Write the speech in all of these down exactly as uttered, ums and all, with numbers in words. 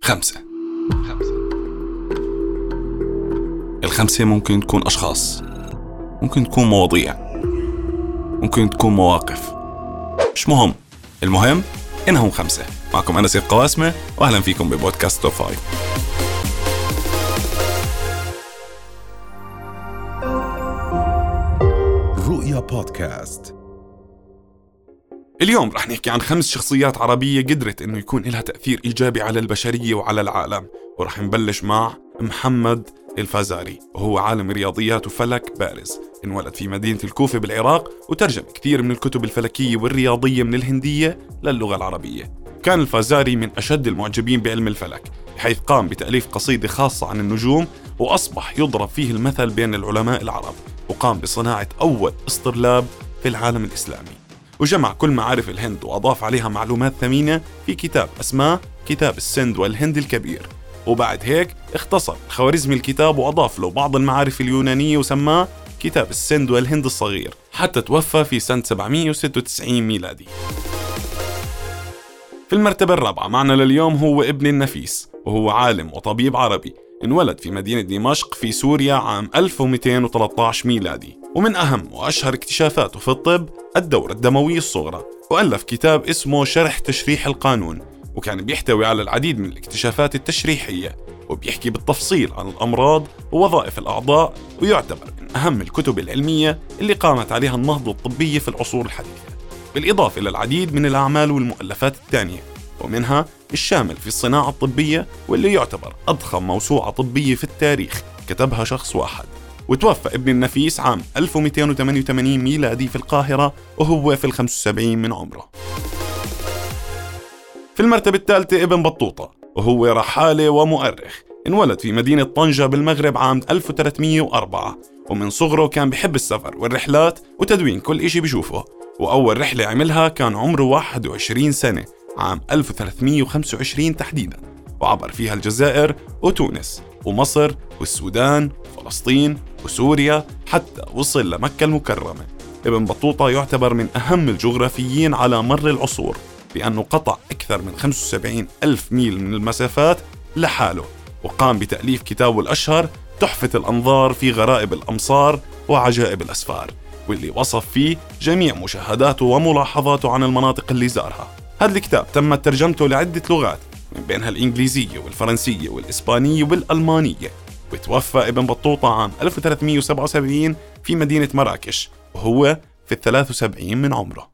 خمسة. الخمسة ممكن تكون أشخاص، ممكن تكون مواضيع، ممكن تكون مواقف، مش مهم. المهم إنهم خمسة. معكم أنا سيد قواسمة، وأهلا فيكم ببودكاست توب فايف. رؤيا بودكاست. اليوم رح نحكي عن خمس شخصيات عربية قدرت إنه يكون لها تأثير إيجابي على البشرية وعلى العالم. ورح نبلش مع محمد الفازاري، وهو عالم رياضيات وفلك بارز. انولد في مدينة الكوفة بالعراق، وترجم كثير من الكتب الفلكية والرياضية من الهندية للغة العربية. كان الفازاري من أشد المعجبين بعلم الفلك، بحيث قام بتأليف قصيدة خاصة عن النجوم، وأصبح يضرب فيه المثل بين العلماء العرب. وقام بصناعة أول اسطرلاب في العالم الإسلامي، وجمع كل معارف الهند وأضاف عليها معلومات ثمينة في كتاب اسمه كتاب السند والهند الكبير. وبعد هيك اختصر خوارزمي الكتاب وأضاف له بعض المعارف اليونانية وسماه كتاب السند والهند الصغير، حتى توفى في سنة سبعمية وستة وتسعين ميلادي. في المرتبة الرابعة معنا لليوم هو ابن النفيس، وهو عالم وطبيب عربي. انولد في مدينة دمشق في سوريا عام ألف ومئتين وثلاثة عشر ميلادي. ومن أهم وأشهر اكتشافاته في الطب الدورة الدموية الصغرى، وألف كتاب اسمه شرح تشريح القانون، وكان بيحتوي على العديد من الاكتشافات التشريحية، وبيحكي بالتفصيل عن الأمراض ووظائف الأعضاء، ويعتبر من أهم الكتب العلمية اللي قامت عليها النهضة الطبية في العصور الحديثة، بالإضافة إلى العديد من الأعمال والمؤلفات الثانية، ومنها الشامل في الصناعة الطبية، واللي يعتبر أضخم موسوعة طبية في التاريخ كتبها شخص واحد. وتوفى ابن النفيس عام ألف ومئتين وثمانية وثمانين ميلادي في القاهرة، وهو في الخمسة وسبعين من عمره. في المرتبة الثالثة ابن بطوطة، وهو رحالة ومؤرخ. انولد في مدينة طنجة بالمغرب عام ألف وثلاثمئة وأربعة، ومن صغره كان بحب السفر والرحلات وتدوين كل إشي بيشوفه. وأول رحلة عملها كان عمره واحد وعشرين سنة عام ألف وثلاثمئة وخمسة وعشرين تحديداً، وعبر فيها الجزائر وتونس ومصر والسودان وفلسطين وسوريا حتى وصل لمكة المكرمة. ابن بطوطة يعتبر من أهم الجغرافيين على مر العصور، بأنه قطع أكثر من خمسة وسبعين ألف ميل من المسافات لحاله، وقام بتأليف كتابه الأشهر تحفة الأنظار في غرائب الأمصار وعجائب الأسفار، واللي وصف فيه جميع مشاهداته وملاحظاته عن المناطق اللي زارها. هذا الكتاب تمت ترجمته لعدة لغات، من بينها الإنجليزية والفرنسية والإسبانية والألمانية. وتوفى ابن بطوطة عام ألف وثلاثمئة وسبعة وسبعين في مدينة مراكش، وهو في الثلاث وسبعين من عمره.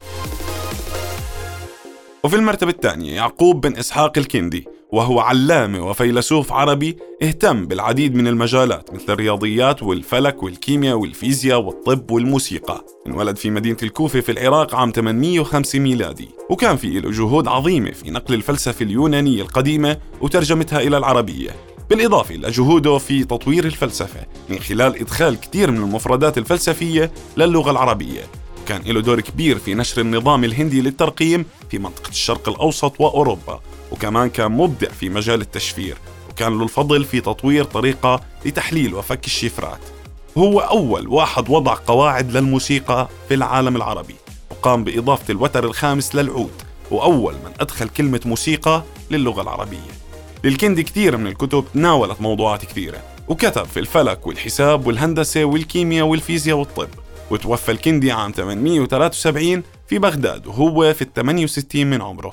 وفي المرتبة الثانية يعقوب بن إسحاق الكندي، وهو علامة وفيلسوف عربي اهتم بالعديد من المجالات مثل الرياضيات والفلك والكيمياء والفيزياء والطب والموسيقى. انولد في مدينة الكوفة في العراق عام ثمانمئة وخمسة ميلادي، وكان في له جهود عظيمة في نقل الفلسفة اليونانية القديمة وترجمتها إلى العربية، بالإضافة إلى جهوده في تطوير الفلسفة من خلال إدخال كثير من المفردات الفلسفية للغة العربية. كان له دور كبير في نشر النظام الهندي للترقيم في منطقة الشرق الأوسط وأوروبا، وكمان كان مبدع في مجال التشفير، وكان له الفضل في تطوير طريقة لتحليل وفك الشفرات. هو أول واحد وضع قواعد للموسيقى في العالم العربي، وقام بإضافة الوتر الخامس للعود، وأول من أدخل كلمة موسيقى للغة العربية. للكندي كثير من الكتب تناولت موضوعات كثيرة، وكتب في الفلك والحساب والهندسة والكيمياء والفيزياء والطب. وتوفى الكندي عام ثمانمئة وثلاثة وسبعين في بغداد، وهو في الثمانية وستين من عمره.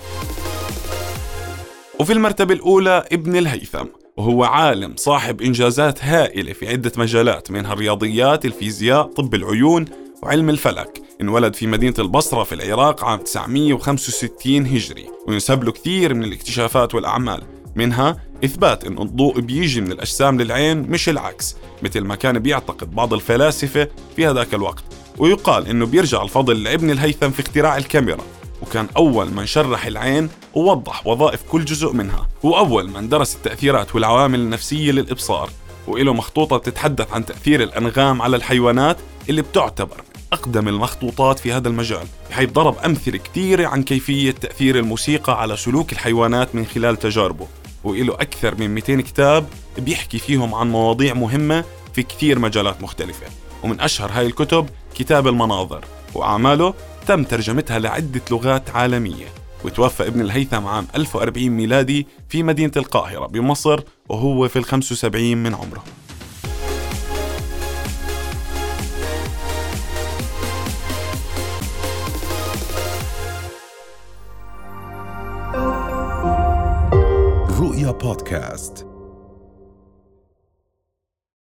وفي المرتبة الأولى ابن الهيثم، وهو عالم صاحب إنجازات هائلة في عدة مجالات، منها الرياضيات، الفيزياء، طب العيون وعلم الفلك. انولد في مدينة البصرة في العراق عام تسعمئة وخمسة وستين هجري، وينسب له كثير من الاكتشافات والأعمال، منها إثبات أن الضوء بيجي من الأجسام للعين مش العكس، مثل ما كان بيعتقد بعض الفلاسفة في هذاك الوقت. ويقال أنه بيرجع الفضل لابن الهيثم في اختراع الكاميرا، وكان أول من شرح العين ووضح وظائف كل جزء منها، وأول من درس التأثيرات والعوامل النفسية للإبصار. وإله مخطوطة بتتحدث عن تأثير الأنغام على الحيوانات، اللي بتعتبر أقدم المخطوطات في هذا المجال، بحيث ضرب أمثلة كثيرة عن كيفية تأثير الموسيقى على سلوك الحيوانات من خلال تجاربه. وإله أكثر من مئتين كتاب بيحكي فيهم عن مواضيع مهمة في كثير مجالات مختلفة، ومن أشهر هاي الكتب كتاب المناظر، وأعماله تم ترجمتها لعدة لغات عالمية. وتوفى ابن الهيثم عام ألف وأربعين ميلادي في مدينة القاهرة بمصر وهو في الخمس وسبعين من عمره. رؤيا بودكاست.